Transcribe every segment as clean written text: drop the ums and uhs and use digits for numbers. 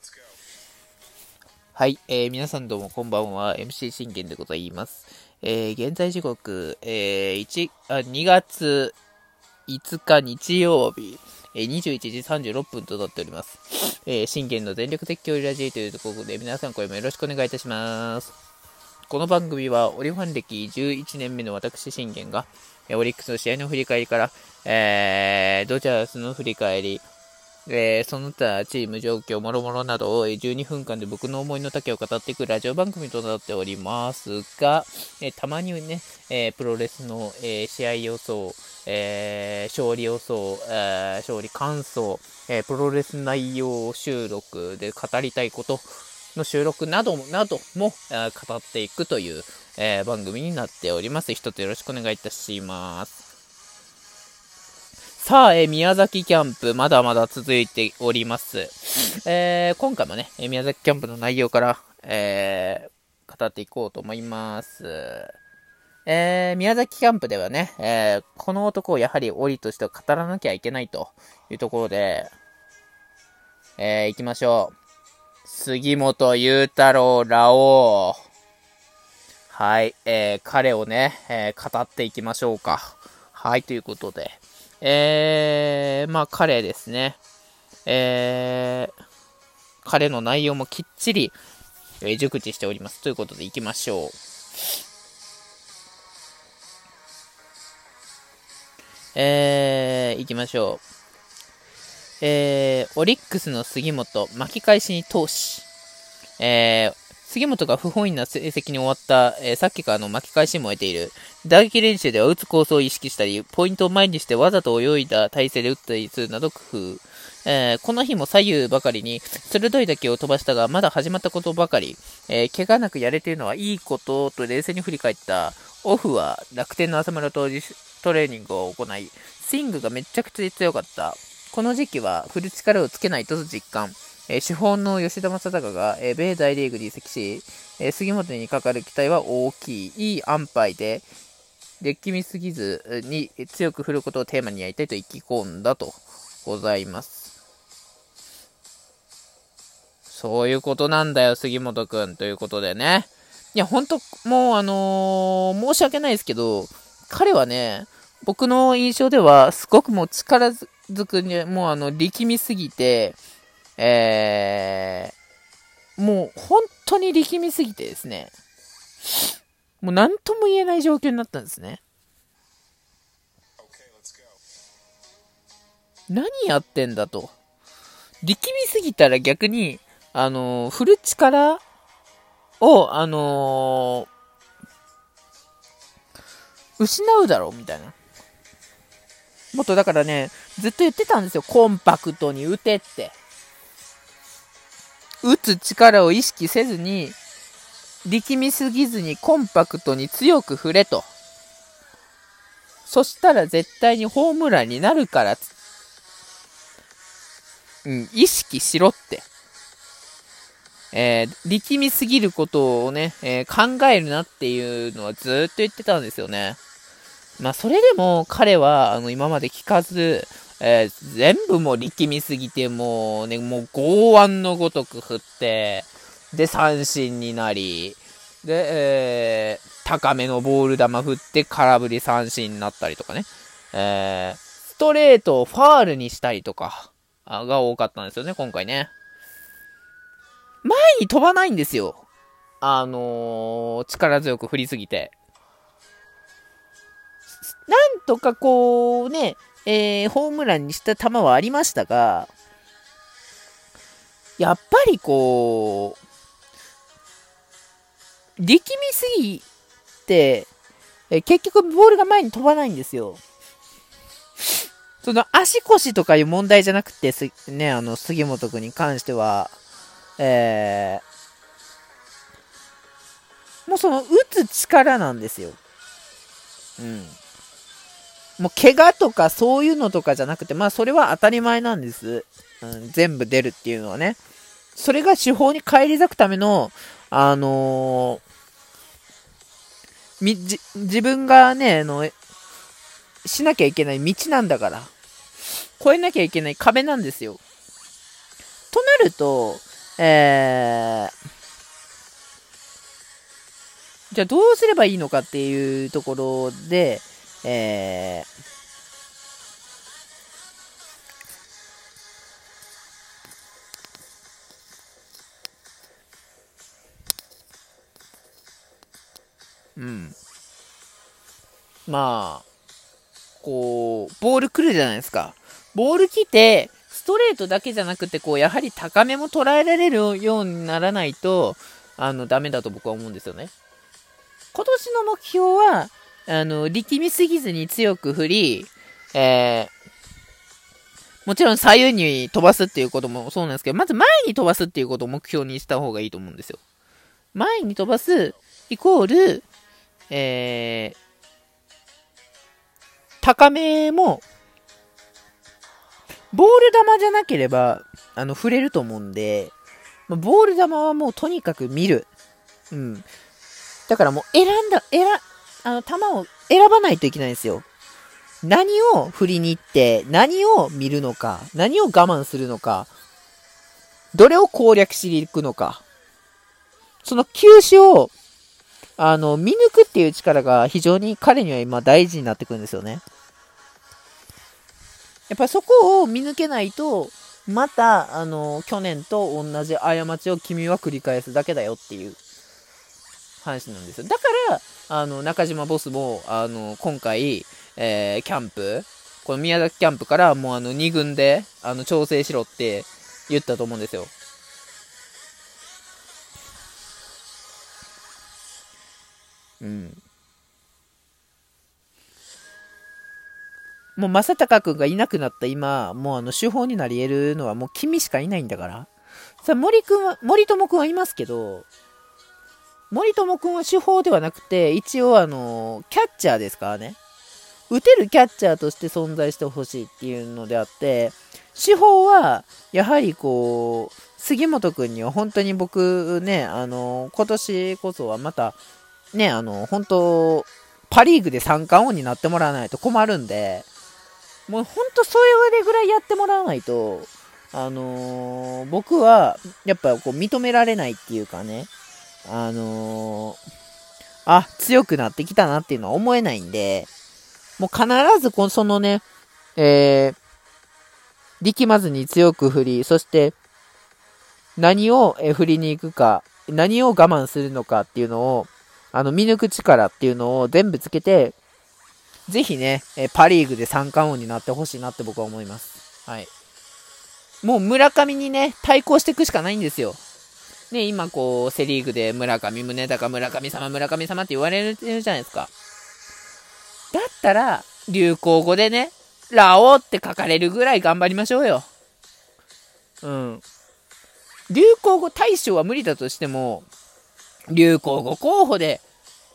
はい、皆さんどうもこんばんは。MC 信玄でございます。現在時刻、2月5日日曜日、21時36分となっております。信玄の全力的競技ラジオというところで皆さんこれもよろしくお願いいたします。この番組はオリファン歴11年目の私信玄が、オリックスの試合の振り返りから、ドジャースの振り返り、その他チーム状況もろもろなどを12分間で僕の思いの丈を語っていくラジオ番組となっておりますが、たまにね、プロレスの、試合予想、勝利予想、勝利感想、プロレス内容収録で語りたいことの収録なども語っていくという、番組になっております。一つよろしくお願いいたします。さあ、宮崎キャンプ、まだまだ続いております。今回もね、宮崎キャンプの内容から、語っていこうと思います。宮崎キャンプではね、この男をやはりオリとしては語らなきゃいけないというところで、行きましょう。杉本裕太郎ラオウ。はい、彼をね、語っていきましょうか。はい、ということで。彼ですね。彼の内容もきっちり、熟知しております。ということで行きましょう。行きましょう。オリックスの杉本、巻き返しに投資。杉本が不本意な成績に終わった、さっきからの巻き返しも得ている。打撃練習では打つコースを意識したり、ポイントを前にしてわざと泳いだ体勢で打ったりするなど工夫。この日も左右ばかりに鋭い打球を飛ばしたが、まだ始まったことばかり。怪我なくやれているのはいいことと冷静に振り返った。オフは楽天の浅村とトレーニングを行い、スイングがめちゃくちゃ強かった。この時期は振る力をつけないと実感。主砲の吉田正尚が、米大リーグに移籍し、杉本にかかる期待は大きい。いい安牌で、力みすぎずに強く振ることをテーマにやりたいと意気込んだとございます。そういうことなんだよ、杉本くん。ということでね。いや、ほんと、もう申し訳ないですけど、彼はね、僕の印象では、すごくもう力ずくに、もう力みすぎて、もう本当に力みすぎてですね、もう何とも言えない状況になったんですね。何やってんだと。力みすぎたら逆に、振る力を、失うだろうみたいな。もっとだからね、ずっと言ってたんですよ。コンパクトに打てって。打つ力を意識せずに、力みすぎずにコンパクトに強く振れと。そしたら絶対にホームランになるから、意識しろって。力みすぎることをね、考えるなっていうのはずっと言ってたんですよね。まあそれでも彼は今まで聞かず、全部もう力みすぎてもう剛腕のごとく振ってで三振になりで、高めのボール球振って空振り三振になったりとかね、ストレートをファールにしたりとかが多かったんですよね今回ね。前に飛ばないんですよ、力強く振りすぎて。なんとかこうね、ホームランにした球はありましたが、やっぱりこう、力みすぎて、結局ボールが前に飛ばないんですよ。その足腰とかいう問題じゃなくて、ね、杉本君に関しては、もうその打つ力なんですよ。もう怪我とかそういうのとかじゃなくて、まあそれは当たり前なんです。全部出るっていうのはね。それが手法に返り咲くための、自分がね、しなきゃいけない道なんだから。越えなきゃいけない壁なんですよ。となると、 じゃあどうすればいいのかっていうところで、うん。まあ、こう、ボール来るじゃないですか。ボール来て、ストレートだけじゃなくて、こう、やはり高めも捉えられるようにならないと、ダメだと僕は思うんですよね。今年の目標は、力みすぎずに強く振り、もちろん左右に飛ばすっていうこともそうなんですけど、まず前に飛ばすっていうことを目標にした方がいいと思うんですよ。前に飛ばす、イコール、高めも、ボール球じゃなければ、触れると思うんで、ボール球はもうとにかく見る。うん。だからもう球を選ばないといけないんですよ。何を振りに行って、何を見るのか、何を我慢するのか、どれを攻略しに行くのか。その球種を、見抜くっていう力が非常に彼には今大事になってくるんですよね。やっぱそこを見抜けないと、また、去年と同じ過ちを君は繰り返すだけだよっていう話なんですよ。だから、中島ボスも、今回、キャンプ、この宮崎キャンプからもう2軍で、調整しろって言ったと思うんですよ。うん。もう正隆君がいなくなった今、もう主砲になり得るのはもう君しかいないんだから。さあ、森友君はいますけど、森友君は主砲ではなくて、一応キャッチャーですからね。打てるキャッチャーとして存在してほしいっていうのであって、主砲は、やはりこう、杉本君には本当に僕ね、今年こそはまた、ね、本当、パリーグで三冠王になってもらわないと困るんで、もう本当それぐらいやってもらわないと、僕は、やっぱこう認められないっていうかね、強くなってきたなっていうのは思えないんで、もう必ずそのね、力まずに強く振り、そして何を振りに行くか、何を我慢するのかっていうのを、見抜く力っていうのを全部つけて、ぜひね、パリーグで三冠王になってほしいなって僕は思います。はい。もう村上にね、対抗していくしかないんですよ。ね、今こう、セリーグで村上宗隆、村上様、村上様って言われてるじゃないですか。だったら、流行語でね、ラオウって書かれるぐらい頑張りましょうよ。うん。流行語大賞は無理だとしても、流行語候補で、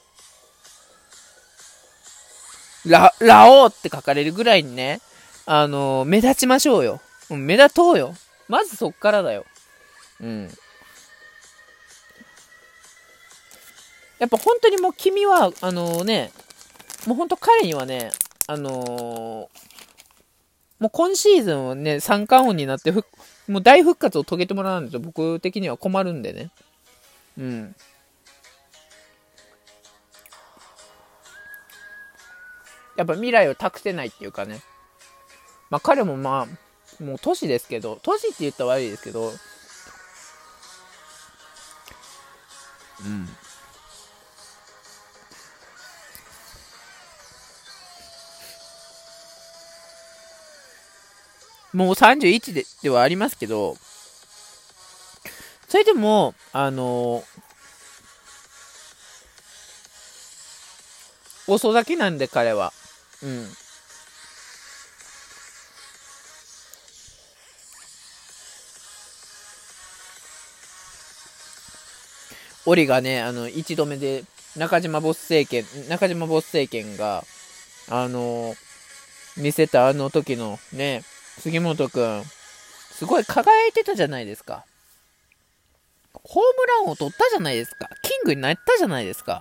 ラオウって書かれるぐらいにね、目立ちましょうよ。目立とうよ。まずそっからだよ。うん。やっぱ本当にもう君は、もう本当彼にはね、もう今シーズンをね、三冠王になってもう大復活を遂げてもらわないと僕的には困るんでね。うん。やっぱ未来を託せないっていうかね。まあ彼もまあ、もう年ですけど、年って言ったら悪いですけど、うん。もう31ではありますけど、それでも、遅咲きなんで彼は。うん。オリがね、一度目で、中島ボス政権が、あの見せた時のね、杉本くん、すごい輝いてたじゃないですか。ホームランを取ったじゃないですか。キングになったじゃないですか。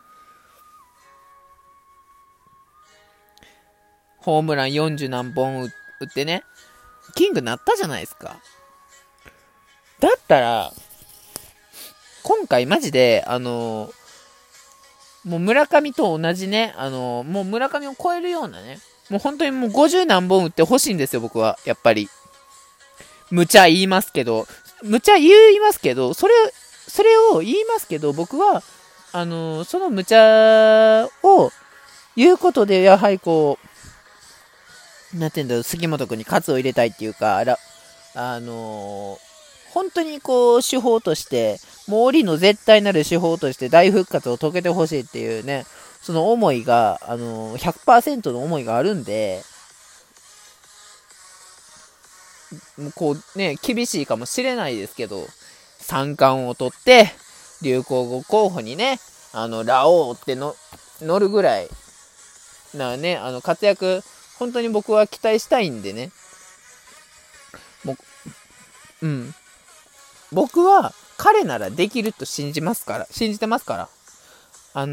ホームラン40何本打ってね、キングになったじゃないですか。 だったら、今回マジで、もう村上と同じね、もう村上を超えるようなね、もう本当にもう50何本打ってほしいんですよ、僕は。やっぱり。無茶言いますけど、それを言いますけど、僕は、その無茶を言うことで、やはりこう、なんていうんだろう、杉本君に喝を入れたいっていうか、本当にこう、手法として、もう檻の絶対なる手法として大復活を遂げてほしいっていうね、その思いが、100% の思いがあるんで、こうね、厳しいかもしれないですけど、三冠を取って、流行語候補にね、ラオウって乗るぐらい、ね、活躍、本当に僕は期待したいんでね。僕は彼ならできると信じてますから。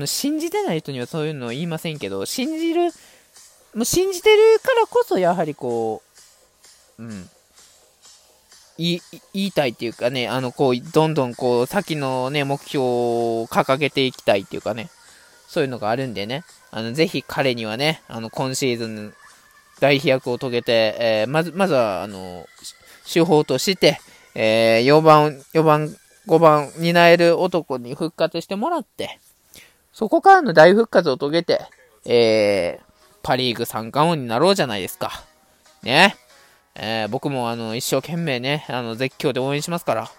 信じてない人にはそういうのを言いませんけど、信じてるからこそ、やはりこう、言いたいっていうかね、こう、どんどんこう、先のね、目標を掲げていきたいっていうかね、そういうのがあるんでね、ぜひ彼にはね、今シーズン、大飛躍を遂げて、まずは、手法として、4番、5番担える男に復活してもらって、そこからの大復活を遂げて、パリーグ三冠王になろうじゃないですか。ね。僕も一生懸命ね、絶叫で応援しますから、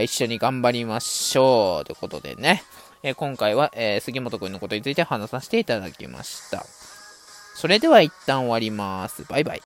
一緒に頑張りましょう。ということでね、今回は、杉本君のことについて話させていただきました。それでは一旦終わります。バイバイ。